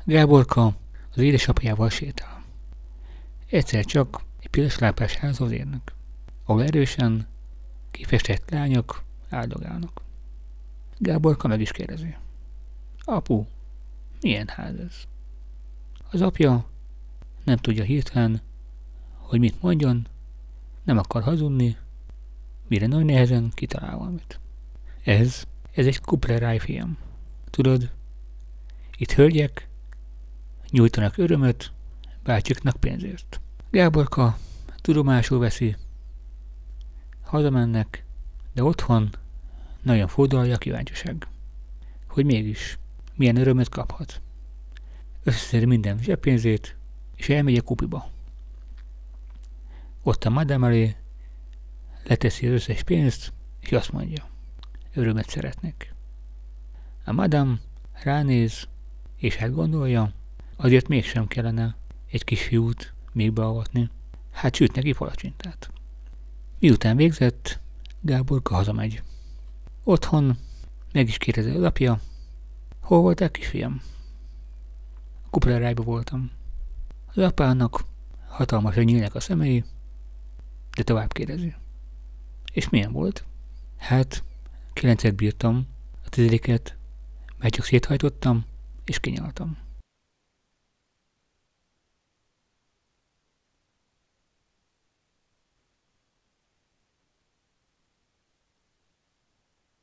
Gáborka az édesapjával sétál. Egyszer csak egy piros lápás házhoz érnek, ahol erősen kifestett lányok áldogálnak. Gáborka meg is kérdezi. Apu, milyen ház ez? Az apja nem tudja hirtelen, hogy mit mondjon, nem akar hazudni, mire nagy nehezen kitalál valamit. Ez egy Kupleráj film. Tudod, itt hölgyek nyújtanak örömöt bácsiknak pénzért. Gáborka tudomásul veszi, hazamennek, de otthon nagyon fordulja a kíváncsiság, hogy mégis milyen örömöt kaphat. Összeszedi minden zseppénzét, és elmegy a kupiba. Ott a madám elé leteszi az összes pénzt, és azt mondja, örömet szeretnék. A madám ránéz, és hát gondolja, azért mégsem kellene egy kisfiút még beavatni, hát süt neki palacsintát. Miután végzett, Gáborka hazamegy. Otthon meg is kérdezi az apja, hol voltál, kisfiam? A Kuplerájban voltam. Az apának hatalmasan nyílnak a szemei, de tovább kérdezi. És milyen volt? Hát, 9-et bírtam, a 10-et már csak széthajtottam, és kinyaltam.